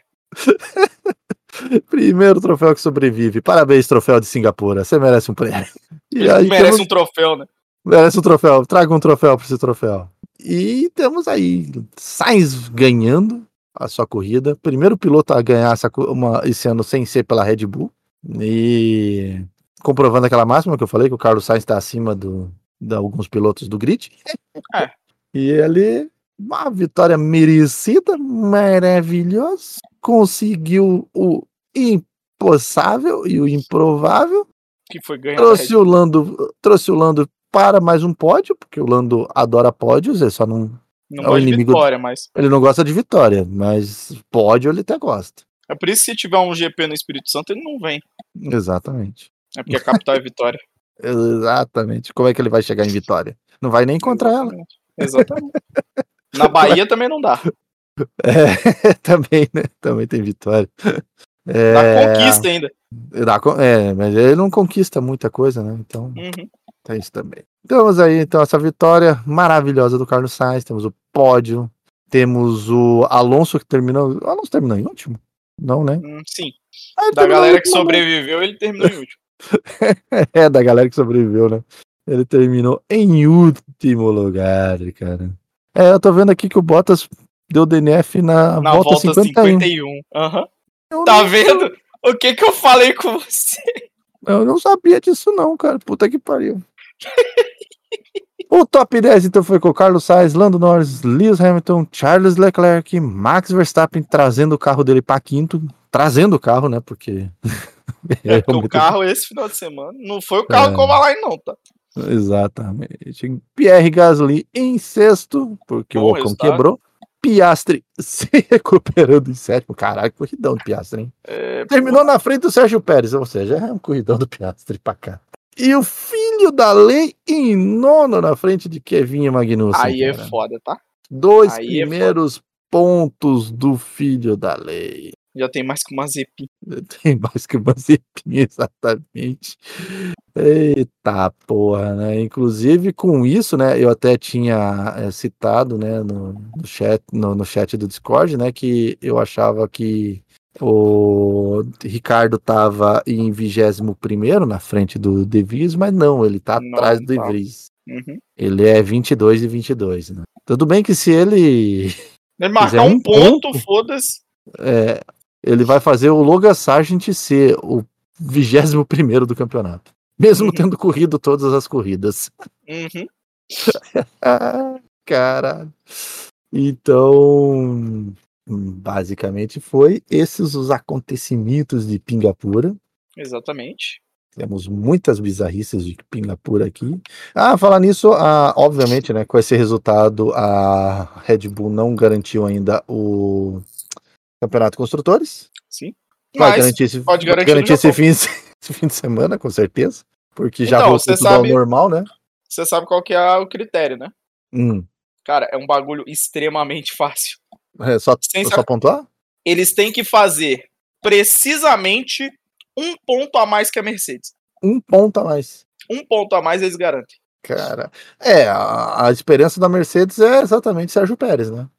Primeiro troféu que sobrevive. Parabéns, troféu de Singapura. Você merece um prêmio. E Ele aí merece temos- um troféu, né? Merece um troféu. Traga um troféu para esse troféu. E temos aí Sainz ganhando a sua corrida. Primeiro piloto a ganhar essa, co- uma, esse ano sem ser pela Red Bull. E comprovando aquela máxima que eu falei, que o Carlos Sainz está acima do, de alguns pilotos do grid. É. E ele, uma vitória merecida, maravilhosa. Conseguiu o impossível e o improvável. Que foi ganhar Trouxe o Lando, trouxe o Lando para mais um pódio, porque o Lando adora pódios, ele só não, Não é o gosta de inimigo- vitória, mas... ele não gosta de vitória, mas pódio ele até gosta. É por isso que se tiver um G P no Espírito Santo, ele não vem. Exatamente. É porque a capital é Vitória. Exatamente. Como é que ele vai chegar em Vitória? Não vai nem encontrar ela. Exatamente. Exatamente. Na Bahia também não dá. É, também, né? Também tem Vitória. É, Dá conquista ainda. dá con- é, mas ele não conquista muita coisa, né? Então Uhum. tem isso também. Temos aí, então, essa vitória maravilhosa do Carlos Sainz. Temos o pódio. Temos o Alonso que terminou. O Alonso terminou em último? Não, né? Hum, sim. Ah, ele Da terminou galera em que último, né? sobreviveu, ele terminou em último. É, da galera que sobreviveu, né? Ele terminou em último lugar, cara. É, eu tô vendo aqui que o Bottas deu D N F na, Na volta, volta cinquenta e um. cinquenta e um. Aham. Eu Tá não- vendo? O que que eu falei com você? Eu não sabia disso não, cara. Puta que pariu. O top dez então foi com o Carlos Sainz, Lando Norris, Lewis Hamilton, Charles Leclerc, Max Verstappen trazendo o carro dele para quinto, trazendo o carro, né? Porque É porque o muito... carro esse final de semana não foi o carro É. que eu lá não, tá? Exatamente. Pierre Gasly em sexto, porque Bom o Ocon resultado. quebrou. Piastri se recuperando em sétimo. Caralho, corridão do Piastri, hein? É, Terminou na frente do Sérgio Pérez, ou seja, é um corridão do Piastri pra cá. E o filho da lei em nono na frente de Kevin Magnussen. Aí é cara. foda, tá? Dois Aí primeiros pontos do filho da lei. Já tem mais que uma Mazepin. Tem mais que uma zepinha, exatamente. Eita porra, né? Inclusive com isso, né? Eu até tinha é, citado, né, no, no chat, no, no chat do Discord, né, que eu achava que o Ricardo tava em vigésimo primeiro na frente do De Vries, mas não, ele tá Não, atrás do De tá. Vries. Uhum. Ele é vinte e dois e vinte e dois, né? Tudo bem que se ele Ele marcar Fizer um, um ponto, ponto. foda-se. é, ele vai fazer o Logan Sargent ser o vigésimo primeiro do campeonato. Mesmo Uhum. tendo corrido todas as corridas. Uhum. Ah, caralho. Então, basicamente foi esses os acontecimentos de Pingapura. Exatamente. Temos muitas bizarrices de Pingapura aqui. Ah, falar nisso, ah, obviamente, né, com esse resultado, a Red Bull não garantiu ainda o Campeonato Construtores. Sim. Vai Mas garantir esse, pode vai garantir no garantir esse Japão. fim, esse fim de semana, com certeza. Porque já Então, voltou você tudo ao sabe- normal, né? Você sabe qual que é o critério, né? Hum, Cara, é um bagulho extremamente fácil. é só, Sem só sac- pontuar? Eles têm que fazer precisamente um ponto a mais que a Mercedes. Um ponto a mais. Um ponto a mais eles garantem. Cara, é, a, a esperança da Mercedes é exatamente Sérgio Pérez, né?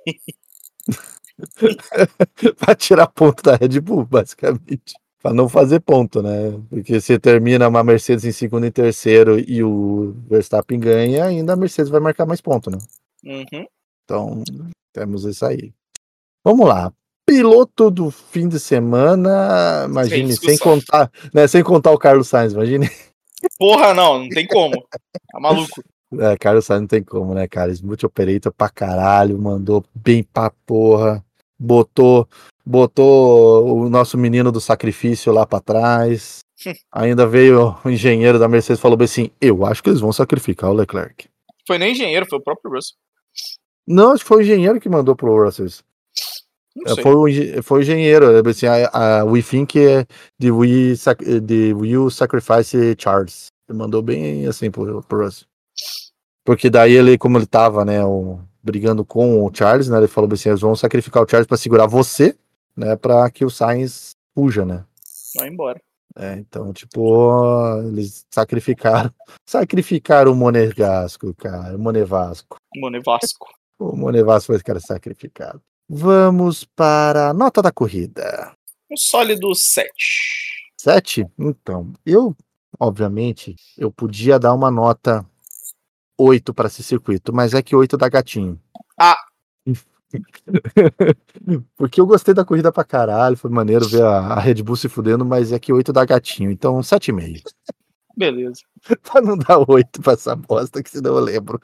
Pra tirar ponto da Red Bull, basicamente. Pra não fazer ponto, né? Porque se termina uma Mercedes em segundo e terceiro e o Verstappen ganha, ainda a Mercedes vai marcar mais ponto, né? Uhum. Então, temos isso aí. Vamos lá. Piloto do fim de semana, imagine, sem, Sem discussão. contar, né, sem contar o Carlos Sainz, imagine. Porra, não, não tem como. Tá maluco. É, Carlos Sainz não tem como, né, cara? Smooth Operator pra caralho, mandou bem pra porra, botou, botou o nosso menino do sacrifício lá pra trás. Ainda veio o engenheiro da Mercedes e falou bem assim: eu acho que eles vão sacrificar o Leclerc. Foi nem engenheiro, foi o próprio Russell. Não, acho que foi o engenheiro que mandou pro Russell. Não sei. Foi o, engen- foi o engenheiro, assim, a, a, we think the we, sac, the will sacrifice Charles. Ele mandou bem assim pro, pro Russell. Porque daí ele, como ele tava, né, o, brigando com o Charles, né, ele falou assim, eles vão sacrificar o Charles pra segurar você, né, pra que o Sainz fuja, né. Vai embora. É, então, tipo, eles sacrificaram, sacrificaram o Monegasco, cara, o Monevasco. Mano, Vasco. O Monevasco foi esse cara sacrificado. Vamos para a nota da corrida. Um sólido sete. Sete? Então, eu, obviamente, eu podia dar uma nota oito para esse circuito, mas é que oito dá gatinho. Ah. Porque eu gostei da corrida pra caralho, foi maneiro ver a, a Red Bull se fudendo, mas é que oito dá gatinho, então sete e meio. Beleza. Pra não dar oito pra essa bosta, que senão eu lembro.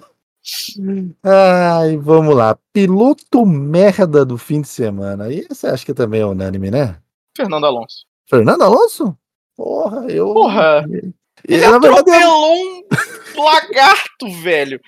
Ai, vamos lá. Piloto merda do fim de semana. E esse acho que também é unânime, né? Fernando Alonso. Fernando Alonso? Porra, eu. Porra! E, Ele na verdade, é atropelou um lagarto, velho.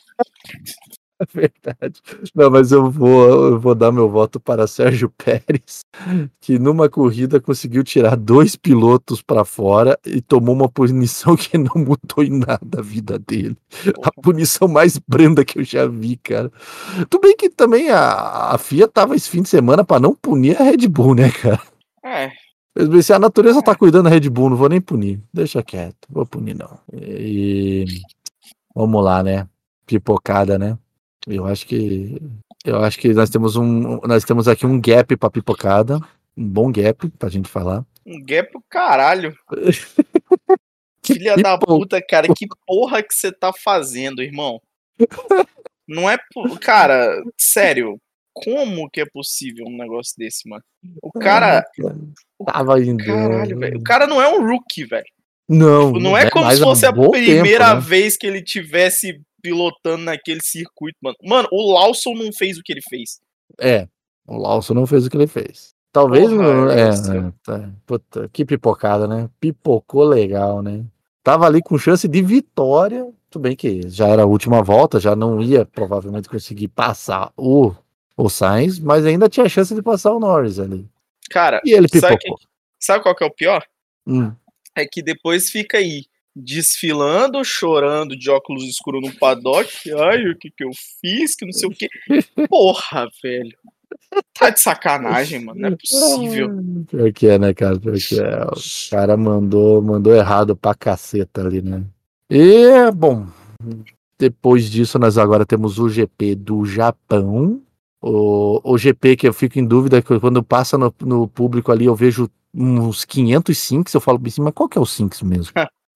verdade. Não, mas eu vou, eu vou dar meu voto para Sérgio Pérez, que numa corrida conseguiu tirar dois pilotos para fora e tomou uma punição que não mudou em nada a vida dele. A punição mais branda que eu já vi, cara. Tudo bem que também a, a F I A tava esse fim de semana para não punir a Red Bull, né, cara? É. Se a natureza tá cuidando da Red Bull, não vou nem punir. Deixa quieto, vou punir não. E vamos lá, né? Pipocada, né? Eu acho que eu acho que nós temos um nós temos aqui um gap para pipocada, um bom gap pra gente falar. Um gap pro caralho. Filha da puta, cara, que porra que você tá fazendo, irmão? Não é, cara, sério. como que é possível um negócio desse, mano? O cara... O Tava indo. Caralho, velho. O cara não é um rookie, velho. Não. Tipo, não é, é como se fosse a primeira tempo, né? vez que ele tivesse pilotando naquele circuito, mano. Mano, o Lawson não fez o que ele fez. É, o Lawson não fez o que ele fez. Talvez Porra, não. é, É, é, tá. Puta, que pipocada, né? Pipocou legal, né? Tava ali com chance de vitória. Tudo bem que já era a última volta, já não ia provavelmente conseguir passar o, o Sainz, mas ainda tinha chance de passar o Norris ali. Cara, e ele sabe, pipocou. que, sabe qual que é o pior? Hum. É que depois fica aí, desfilando, chorando de óculos escuros no paddock. Ai, o que que eu fiz, que não sei o que. Porra, velho. Tá de sacanagem, mano. Não é possível. Pior que é, né, cara? Pior que é. O cara mandou, mandou errado pra caceta ali, né? E, bom, depois disso nós agora temos o G P do Japão. O, o G P que eu fico em dúvida, que quando passa no, no público ali eu vejo uns quinhentos Sinks, eu falo assim, mas qual que é o Sinks mesmo?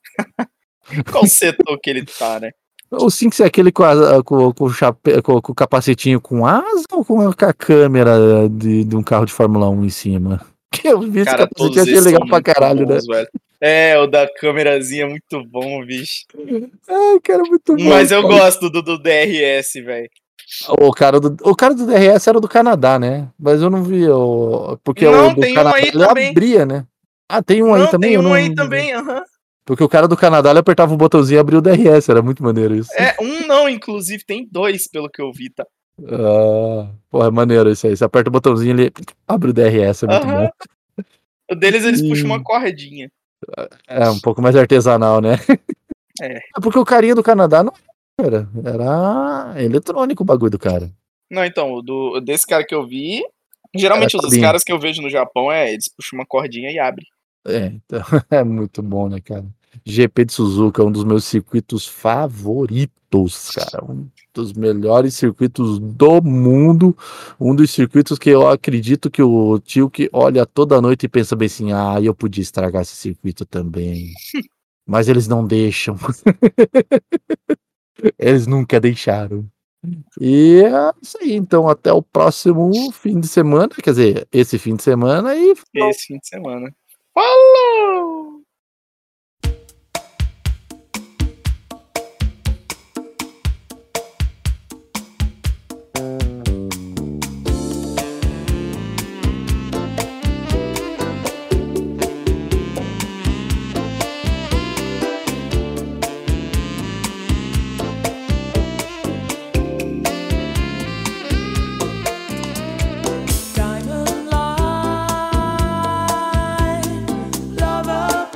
Qual setor que ele tá, né? O Sinks é aquele com, a, com, com, o chape... com, com o capacetinho com asa ou com a, com a câmera de, de um carro de Fórmula um em cima? Que eu vi esse capacetinho, achei legal pra caralho, bons, né? Velho. É, o da câmerazinha é muito bom, bicho. Ai, cara, muito bom. Mas eu cara. gosto do, do D R S, velho. O cara, do, o cara do D R S era do Canadá, né? Mas eu não vi o... Porque não, o do tem Canadá um aí ele também. abria, né? Ah, tem um não, aí também? Tem um não... aí também, aham. Uhum. Porque o cara do Canadá, ele apertava o botãozinho e abria o D R S, era muito maneiro isso. É, um não, inclusive, tem dois, pelo que eu vi, tá? Ah, porra, é maneiro isso aí. Você aperta o botãozinho e ele abre o D R S, é muito uhum. bom. O deles, eles e... puxam uma cordinha. É, um pouco mais artesanal, né? É. É porque o carinha do Canadá não era, era eletrônico o bagulho do cara. Não, então, o do, desse cara que eu vi, geralmente os caras que eu vejo no Japão, é, eles puxam uma cordinha e abrem. É, então, é muito bom, né, cara? G P de Suzuka é um dos meus circuitos favoritos, cara. Um dos melhores circuitos do mundo. Um dos circuitos que eu acredito que o tio que olha toda noite e pensa bem assim, ah, eu podia estragar esse circuito também. Mas eles não deixam. Eles nunca deixaram. E é isso aí, então até o próximo fim de semana, quer dizer, esse fim de semana e... Esse fim de semana. Falou! Diamond line, lover.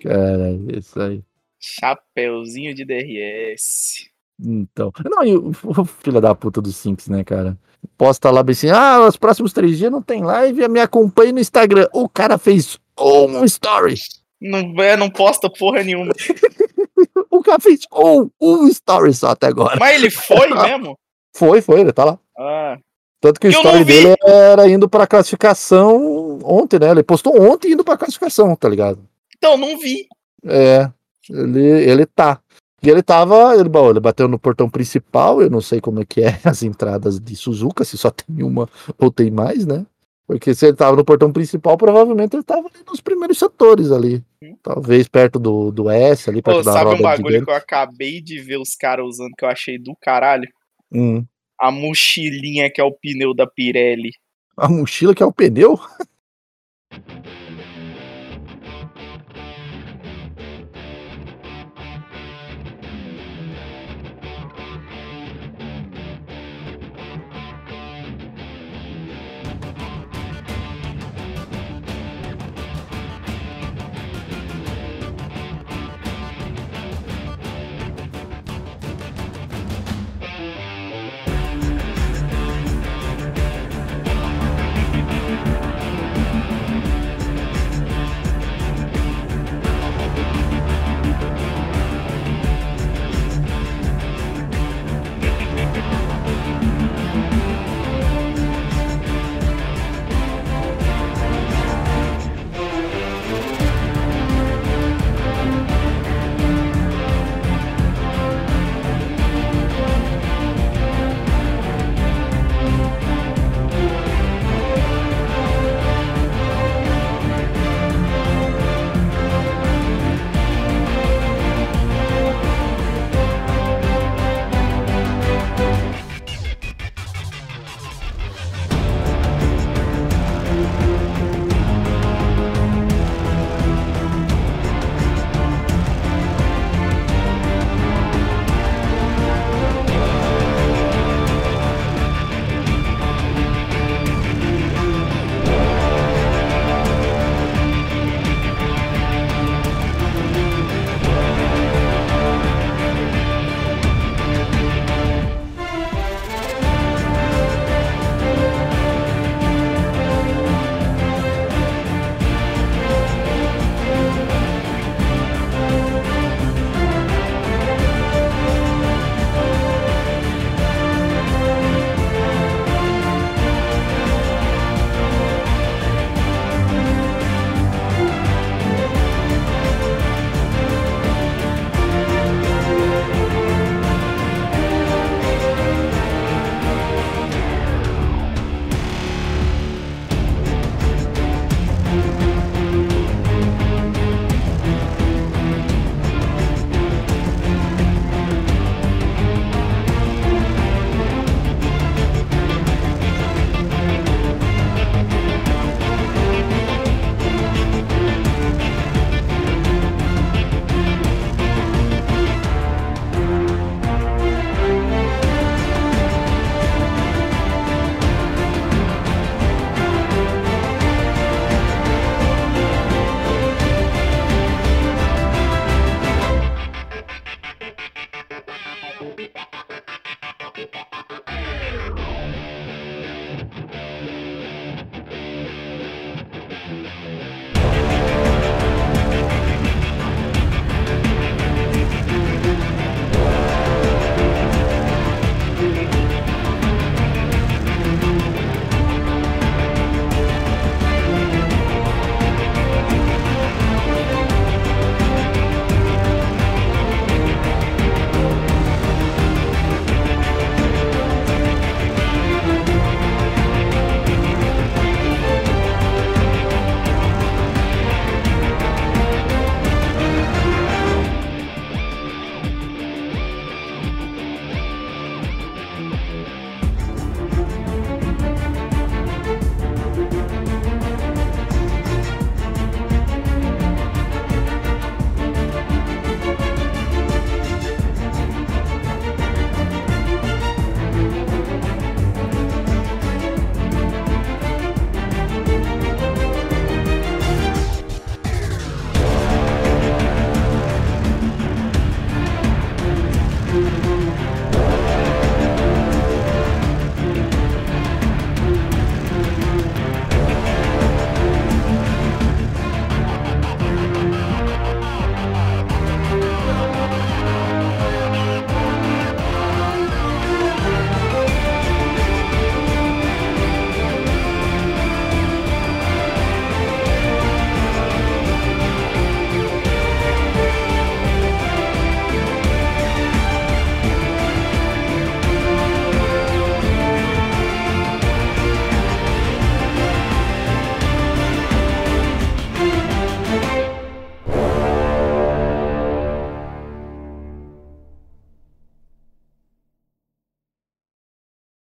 Cara, isso aí. Chapeuzinho de D R S. Então. Não, e o, o filho da puta do Sinks, né, cara? Posta lá bem assim, ah, os próximos três dias não tem live, me acompanhe no Instagram. O cara fez um story. Não, é, não posta porra nenhuma. O cara fez um, um story só até agora. Mas ele foi mesmo? Foi, foi, ele tá lá. Ah. Tanto que o Eu story não vi. dele era indo pra classificação ontem, né? Ele postou ontem indo pra classificação, tá ligado? Então, não vi. É, ele, ele tá. E ele tava, ele, bom, ele bateu no portão principal, eu não sei como é que é as entradas de Suzuka, se só tem uma ou tem mais, né? Porque se ele tava no portão principal, provavelmente ele tava ali nos primeiros setores ali. Hum. Talvez perto do, do S, ali perto Pô, da sabe roda um bagulho gigante. que eu acabei de ver os caras usando que eu achei do caralho? Hum. A mochilinha que é o pneu da Pirelli. A mochila que é o pneu?